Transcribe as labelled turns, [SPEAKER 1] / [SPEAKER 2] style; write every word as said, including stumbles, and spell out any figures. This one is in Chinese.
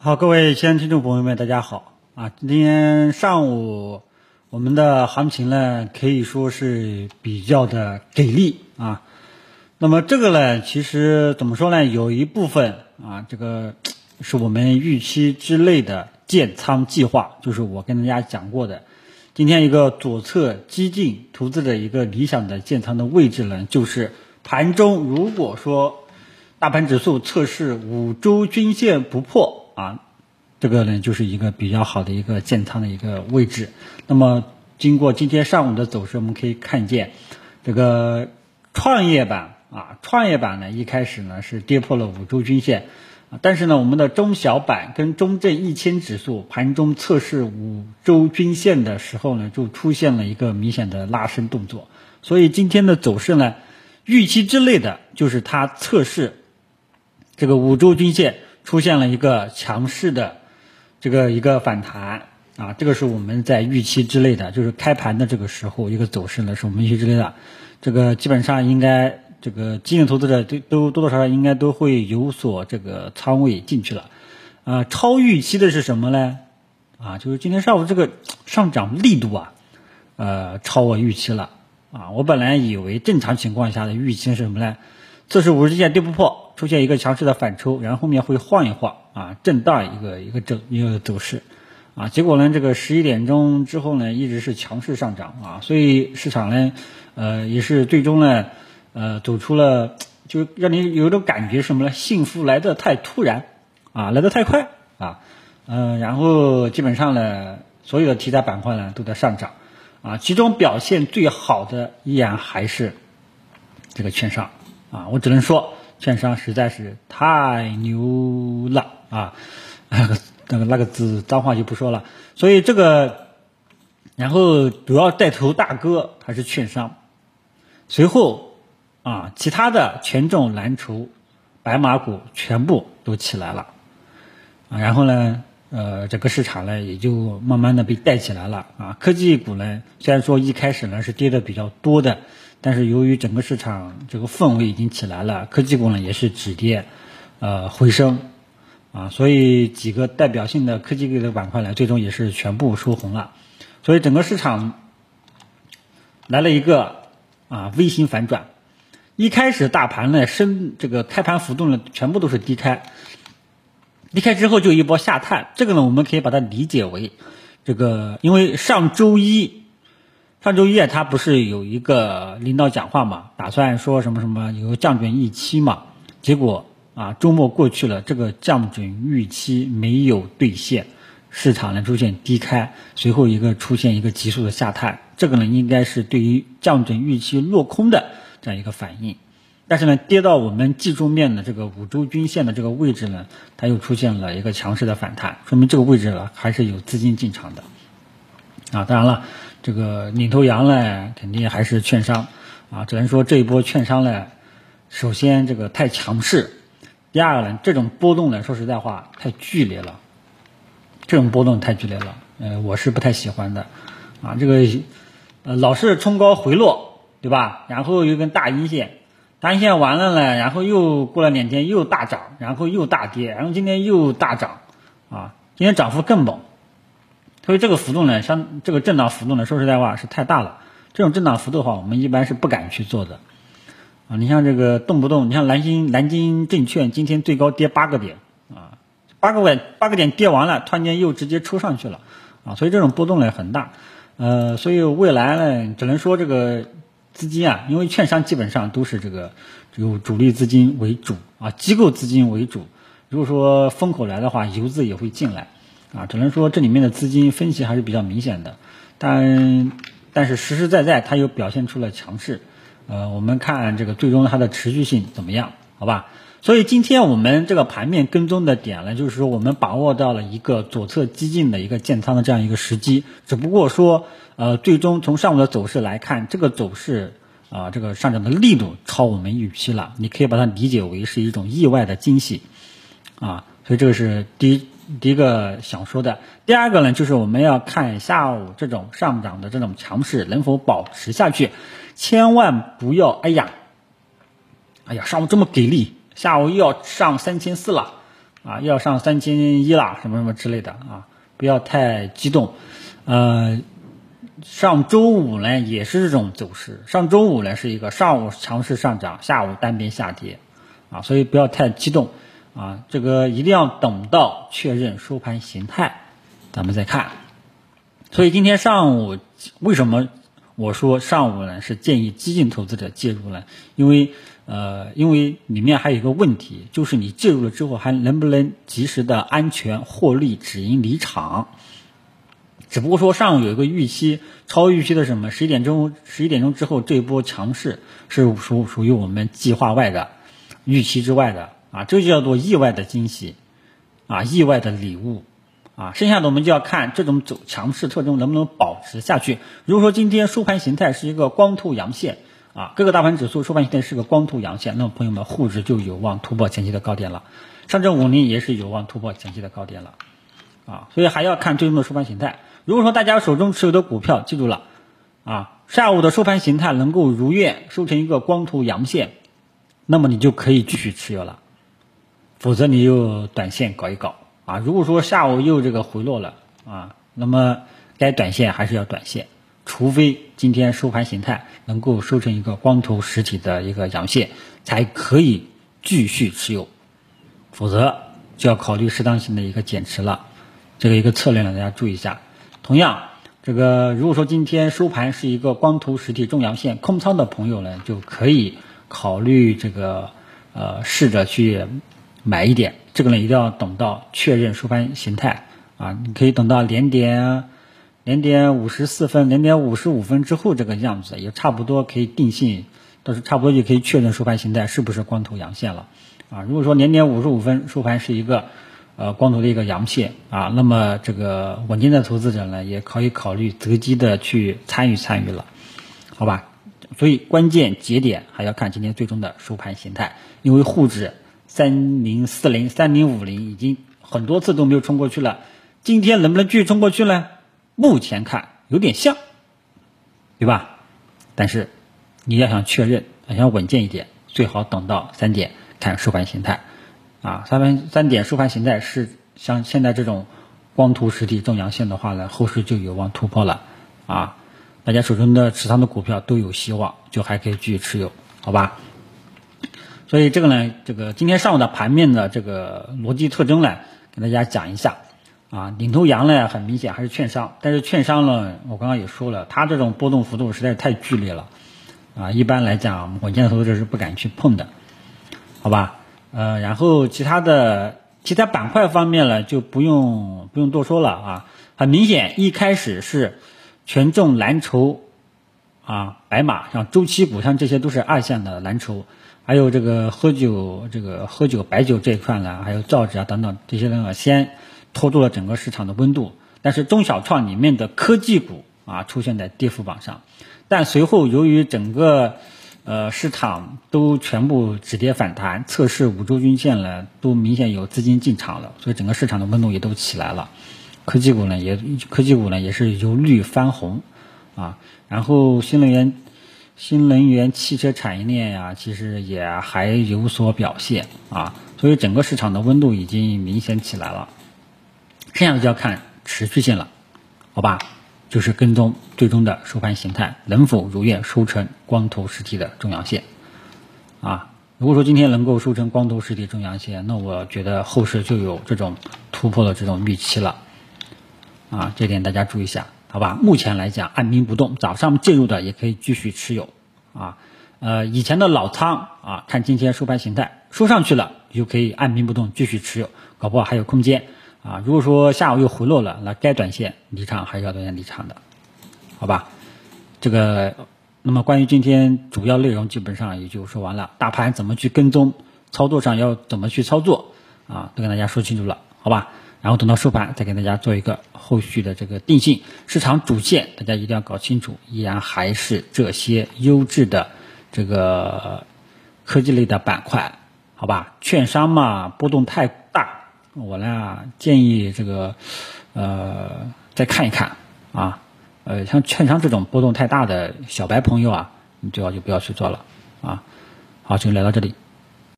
[SPEAKER 1] 好，各位亲爱的听众朋友们，大家好啊！今天上午我们的行情呢，可以说是比较的给力啊。那么这个呢，其实怎么说呢？有一部分啊，这个是我们预期之内的建仓计划，就是我跟大家讲过的。今天一个左侧激进投资者一个理想的建仓的位置呢，就是盘中如果说大盘指数测试五周均线不破啊，这个呢就是一个比较好的一个建仓的一个位置。那么经过今天上午的走势，我们可以看见这个创业板啊，创业板呢一开始呢是跌破了五周均线，但是呢我们的中小板跟中证一千指数盘中测试五周均线的时候呢，就出现了一个明显的拉升动作。所以今天的走势呢，预期之内的就是它测试这个五周均线出现了一个强势的这个一个反弹啊，这个是我们在预期之内的，就是开盘的这个时候一个走势呢是我们预期之内的，这个基本上应该这个基金投资者都都多多少少应该都会有所这个仓位进去了，啊，超预期的是什么呢？啊，就是今天上午这个上涨力度啊，呃，超我预期了啊，我本来以为正常情况下的预期是什么呢？测试五日线跌不破，出现一个强势的反抽，然后后面会晃一晃啊，震荡一个一个走一个走势啊。结果呢，这个十一点钟之后呢，一直是强势上涨啊，所以市场呢，呃，也是最终呢，呃，走出了就让你有一种感觉什么呢？幸福来得太突然啊，来得太快啊，嗯、呃，然后基本上呢，所有的题材板块呢都在上涨啊，其中表现最好的依然还是这个券商。啊，我只能说券商实在是太牛了啊！那个那个那个字脏话就不说了。所以这个，然后主要带头大哥还是券商，随后啊，其他的权重蓝筹、白马股全部都起来了啊。然后呢，呃，整个市场呢也就慢慢的被带起来了啊。科技股呢，虽然说一开始呢是跌的比较多的。但是由于整个市场这个氛围已经起来了，科技股呢也是止跌，呃回升，啊，所以几个代表性的科技类的板块呢，最终也是全部收红了，所以整个市场来了一个啊 V 型反转，一开始大盘呢升这个开盘浮动呢全部都是低开，低开之后就一波下探，这个呢我们可以把它理解为这个，因为上周一。上周一啊，他不是有一个领导讲话嘛，打算说什么什么有降准预期嘛，结果啊周末过去了，这个降准预期没有兑现，市场呢出现低开，随后一个出现一个急速的下探，这个呢应该是对于降准预期落空的这样一个反应，但是呢跌到我们技术面的这个五周均线的这个位置呢，它又出现了一个强势的反弹，说明这个位置呢还是有资金进场的啊，当然了。这个领头羊呢，肯定还是券商啊，只能说这一波券商呢，首先这个太强势，第二个呢，这种波动呢，说实在话太剧烈了，这种波动太剧烈了，呃，我是不太喜欢的啊，这个呃老是冲高回落，对吧？然后有根大阴线，大阴线完了呢，然后又过了两天又大涨，然后又大跌，然后今天又大涨，啊，今天涨幅更猛。所以这个幅度呢，像这个震荡幅度呢，说实在话是太大了。这种震荡幅度的话，我们一般是不敢去做的啊。你像这个动不动，你像南京南京证券今天最高跌八个点啊，八个点八个点跌完了，突然间又直接抽上去了啊。所以这种波动呢很大，呃，所以未来呢，只能说这个资金啊，因为券商基本上都是这个有主力资金为主啊，机构资金为主。如果说风口来的话，游资也会进来。啊，只能说这里面的资金分析还是比较明显的，但但是实实在在它又表现出了强势，呃，我们看这个最终它的持续性怎么样，好吧？所以今天我们这个盘面跟踪的点呢，就是说我们把握到了一个左侧激进的一个建仓的这样一个时机，只不过说，呃，最终从上午的走势来看，这个走势啊、呃，这个上涨的力度超我们预期了，你可以把它理解为是一种意外的惊喜，啊，所以这个是第一。第一个想说的，第二个呢，就是我们要看下午这种上涨的这种强势能否保持下去，千万不要，哎呀，哎呀，上午这么给力，下午又要上三千四了， 啊，要上三千一了什么什么之类的啊，不要太激动。呃，上周五呢也是这种走势，上周五呢是一个上午强势上涨，下午单边下跌啊，所以不要太激动啊，这个一定要等到确认收盘形态，咱们再看。所以今天上午为什么我说上午呢是建议激进投资者介入呢？因为呃，因为里面还有一个问题，就是你介入了之后还能不能及时的安全获利止盈离场？只不过说上午有一个预期，超预期的什么？十一点钟，十一点钟之后这一波强势是属属于我们计划外的、预期之外的啊，这就叫做意外的惊喜啊，意外的礼物。啊，剩下的我们就要看这种走强势特征能不能保持下去。如果说今天收盘形态是一个光头阳线啊，各个大盘指数收盘形态是个光头阳线，那么朋友们沪指就有望突破前期的高点了，上证五零也是有望突破前期的高点了啊，所以还要看最终的收盘形态。如果说大家手中持有的股票记住了啊，下午的收盘形态能够如愿收成一个光头阳线，那么你就可以继续持有了，否则你又短线搞一搞。啊，如果说下午又这个回落了啊，那么该短线还是要短线，除非今天收盘形态能够收成一个光头实体的一个阳线，才可以继续持有，否则就要考虑适当性的一个减持了。这个一个策略呢，大家注意一下。同样，这个如果说今天收盘是一个光头实体中阳线，空仓的朋友呢，就可以考虑这个呃试着去买一点。这个呢一定要等到确认收盘形态啊，你可以等到零点零点五十四分、零点五十五分之后这个样子，也差不多可以定性，到时差不多就可以确认收盘形态是不是光头阳线了啊。如果说零点五十五分收盘是一个呃光头的一个阳线啊，那么这个稳健的投资者呢也可以考虑择机的去参与参与了，好吧？所以关键节点还要看今天最终的收盘形态，因为沪指三零四零、三零五零已经很多次都没有冲过去了，今天能不能继续冲过去呢？目前看有点像，对吧？但是你要想确认，想稳健一点，最好等到三点看收盘形态啊。三盘三点收盘形态是像现在这种光头实体中阳线的话呢，后市就有望突破了啊。大家手中的持仓的股票都有希望，就还可以继续持有，好吧？所以这个呢，这个今天上午的盘面的这个逻辑特征呢，给大家讲一下啊。领头羊呢，很明显还是券商，但是券商呢，我刚刚也说了，它这种波动幅度实在是太剧烈了啊。一般来讲，稳健的投资者是不敢去碰的，好吧？呃，然后其他的其他板块方面呢，就不用不用多说了啊。很明显，一开始是权重蓝筹啊，白马像周期股，像这些都是二线的蓝筹。还有这个喝酒，这个喝酒白酒这一块呢，还有造纸啊等等这些呢，先拖住了整个市场的温度。但是中小创里面的科技股啊出现在跌幅榜上，但随后由于整个呃市场都全部止跌反弹，测试五周均线呢，都明显有资金进场了，所以整个市场的温度也都起来了。科技股呢也科技股呢也是由绿翻红啊，然后新能源。新能源汽车产业链呀，其实也还有所表现啊，所以整个市场的温度已经明显起来了，剩下的就要看持续性了，好吧？就是跟踪最终的收盘形态能否如愿收成光头实体的中阳线啊。如果说今天能够收成光头实体中阳线，那我觉得后市就有这种突破的这种预期了啊，这点大家注意一下。好吧，目前来讲按兵不动，早上介入的也可以继续持有啊。呃，以前的老仓啊，看今天收盘形态收上去了，就可以按兵不动继续持有，搞不好还有空间啊。如果说下午又回落了，那该短线离场还是要短线离场的，好吧？这个，那么关于今天主要内容基本上也就说完了，大盘怎么去跟踪，操作上要怎么去操作啊，都跟大家说清楚了，好吧？然后等到收盘再给大家做一个后续的这个定性，市场主线大家一定要搞清楚，依然还是这些优质的这个科技类的板块，好吧？券商嘛波动太大，我呢建议这个呃再看一看啊，呃像券商这种波动太大的小白朋友啊，你最好就不要去做了啊。好，就来到这里。